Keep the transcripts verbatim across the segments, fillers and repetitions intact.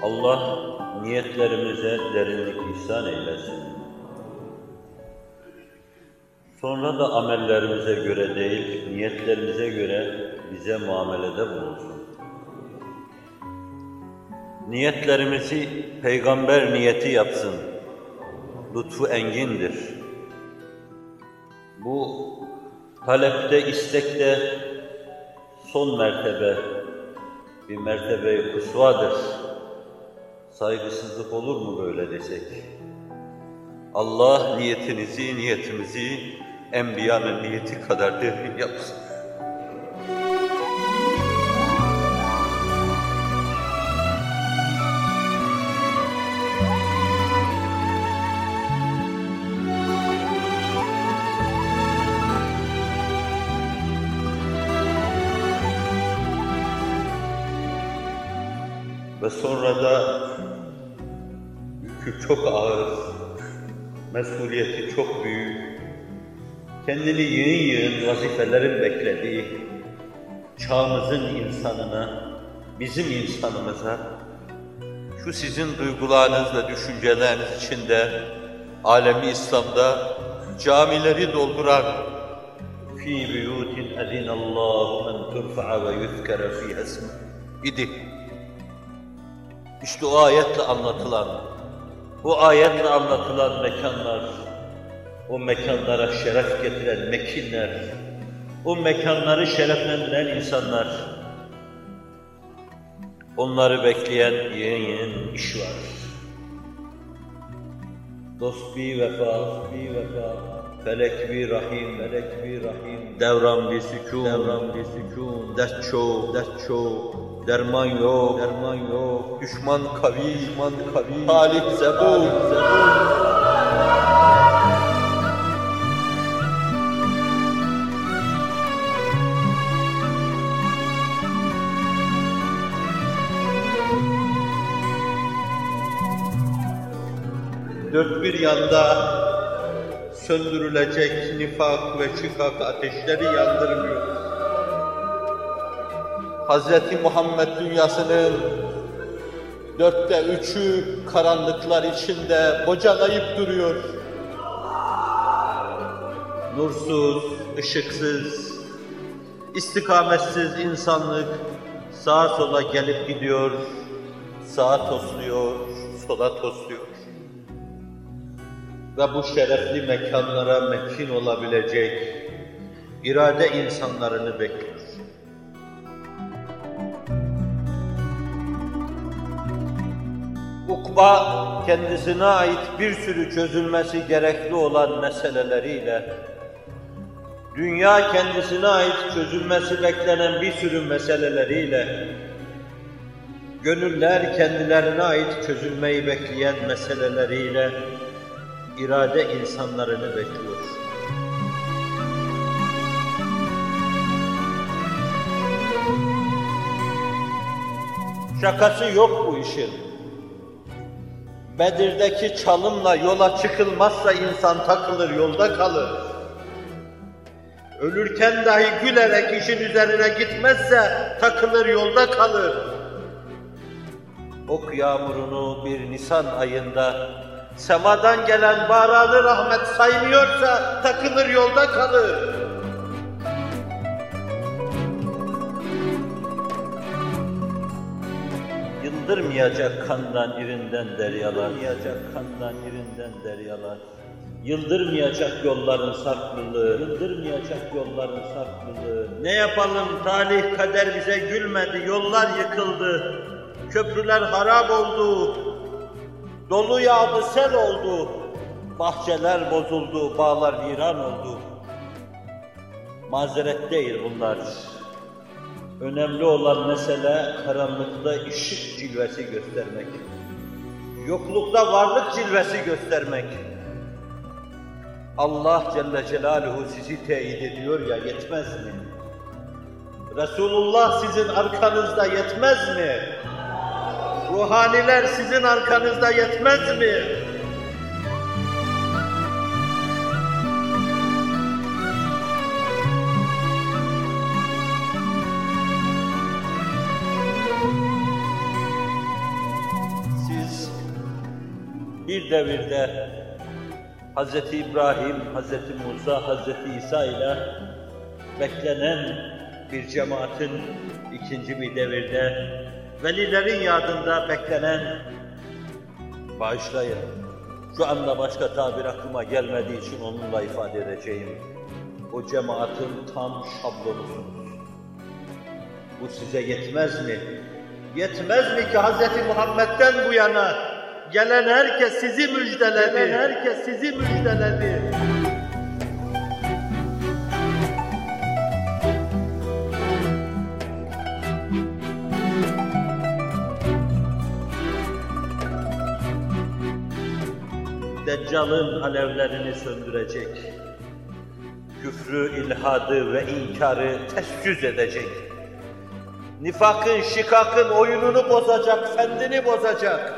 Allah niyetlerimize derinlik ihsan eylesin. Sonra da amellerimize göre değil, niyetlerimize göre bize muamelede bulunsun. Niyetlerimizi peygamber niyeti yapsın. Lütfu engindir. Bu talepte, istekte son mertebe, bir mertebe-i kusvadır. Saygısızlık olur mu böyle desek? Allah niyetinizi, niyetimizi Enbiya'nın niyeti kadar derin yapsın. Ve sonra da yükü çok ağır, mesuliyeti çok büyük, kendini yığın yığın vazifelerin beklediği, çağımızın insanına, bizim insanımıza, şu sizin duygularınız ve düşünceleriniz içinde, alemi İslam'da camileri dolduran فِي بُيُوتٍ اَذِنَ اللّٰهُ اَنْ تُرْفَعَ وَيُذْكَرَ فِيهَا اسْمُهُ idi. İşte o ayetle anlatılan, o ayetle anlatılan mekanlar, o mekanlara şeref getiren mekinler, o mekanları şereflendiren insanlar, onları bekleyen yeni yeni iş var. Dost bir vefa, bir vefa, felek bir rahim, felek bir rahim, devran bir sükûn, devran bir sükûn, dert çok, dert çok, derman yok, derman yok, düşman kavi, düşman kavi, talih zebûn, zebûn. Dört bir yanda söndürülecek nifak ve şikak ateşleri yandırmıyor. Hazreti Muhammed dünyasının dörtte üçü karanlıklar içinde bocalayıp duruyor. Nursuz, ışıksız, istikametsiz insanlık sağa sola gelip gidiyor, sağa tosluyor, sola tosluyor. Ve bu şerefli mekanlara mekin olabilecek irade insanlarını bekliyor. Ukba, kendisine ait bir sürü çözülmesi gerekli olan meseleleriyle, dünya kendisine ait çözülmesi beklenen bir sürü meseleleriyle, gönüller kendilerine ait çözülmeyi bekleyen meseleleriyle, irade insanlarını bekliyor. Şakası yok bu işin. Bedir'deki çalımla yola çıkılmazsa insan takılır, yolda kalır. Ölürken dahi gülerek işin üzerine gitmezse takılır, yolda kalır. Ok yağmurunu bir Nisan ayında semadan gelen baralı rahmet saymıyorsa takılır, yolda kalır. Yıldırmayacak kandan irinden deryalar, yıldırmayacak kandan irinden deryalar, yıldırmayacak yolların sarklılığı, yıldırmayacak yolların sarklılığı. Ne yapalım, talih kader bize gülmedi, yollar yıkıldı, köprüler harap oldu, dolu yağdı, sel oldu, bahçeler bozuldu, bağlar viran oldu. Mazeret değil bunlar. Önemli olan mesele karanlıkta ışık cilvesi göstermek. Yoklukta varlık cilvesi göstermek. Allah Celle Celaluhu sizi teyit ediyor ya, yetmez mi? Resulullah sizin arkanızda yetmez mi? Ruhaniler sizin arkanızda yetmez mi? bir devirde Hazreti İbrahim, Hazreti Musa, Hazreti İsa ile beklenen bir cemaatin ikinci bir devirde velilerin yadında beklenen, bağışlayın, şu anda başka tabir aklıma gelmediği için onunla ifade edeceğim, o cemaatin tam şablonusunuz. Bu size yetmez mi? Yetmez mi ki Hz. Muhammed'den bu yana gelen herkes sizi müjdeledi, gelen herkes sizi müjdeledi. Deccal'ın alevlerini söndürecek, küfrü, ilhadı ve inkarı tescüz edecek, nifakın, şikakın oyununu bozacak, fendini bozacak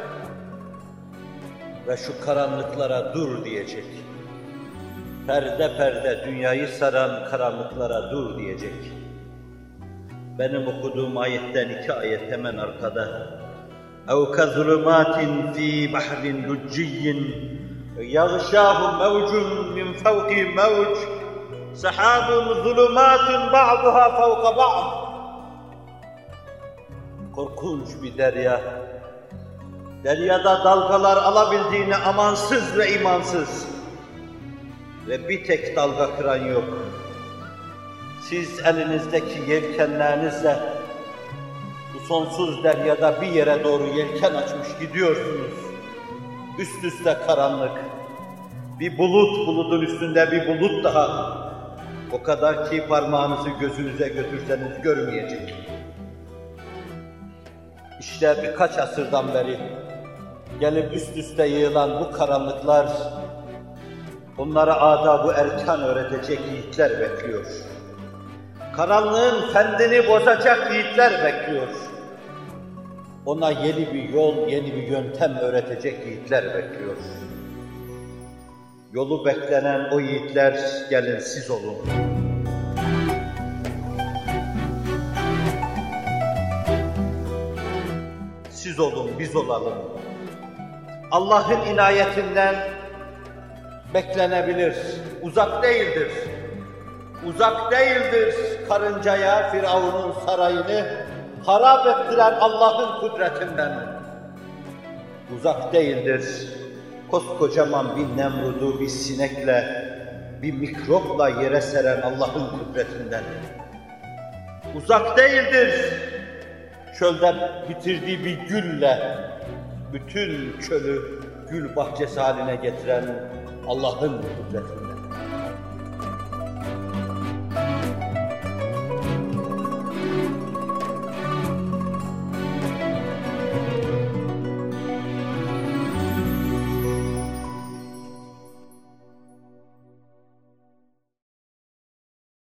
ve şu karanlıklara dur diyecek. Perde perde dünyayı saran karanlıklara dur diyecek. Benim okuduğum ayetten iki ayet hemen arkada. اَوْ كَظُلُمَاتٍ ف۪ي بَحْرٍ لُجِّيٍّ يَغْشَاهُ مَوْجٌ مِنْ فَوْقِ مَوْجٍ سَحَابٌ ظُلُمَاتٌ بَعْضُهَا فَوْقَ بَعْضٍ. Korkunç bir derya. Deryada dalgalar alabildiğine amansız ve imansız. Ve bir tek dalga kıran yok. Siz elinizdeki yelkenlerinizle bu sonsuz deryada bir yere doğru yelken açmış gidiyorsunuz. Üst üste karanlık. Bir bulut, bulutun üstünde bir bulut daha. O kadar ki parmağınızı gözünüze götürseniz görmeyecek. İşte birkaç asırdan beri gelip üst üste yığılan bu karanlıklar, onlara adab-ı erkan öğretecek yiğitler bekliyor. Karanlığın fendini bozacak yiğitler bekliyor. Ona yeni bir yol, yeni bir yöntem öğretecek yiğitler bekliyor. Yolu beklenen o yiğitler gelin siz olun. Siz olun, biz olalım. Allah'ın inayetinden beklenebilir, uzak değildir. Uzak değildir karıncaya Firavun'un sarayını harap ettiren Allah'ın kudretinden. Uzak değildir koskocaman bir Nemrud'u bir sinekle, bir mikropla yere seren Allah'ın kudretinden. Uzak değildir çölden bitirdiği bir gülle bütün çölü gül bahçesi haline getiren Allah'ın kudretinden.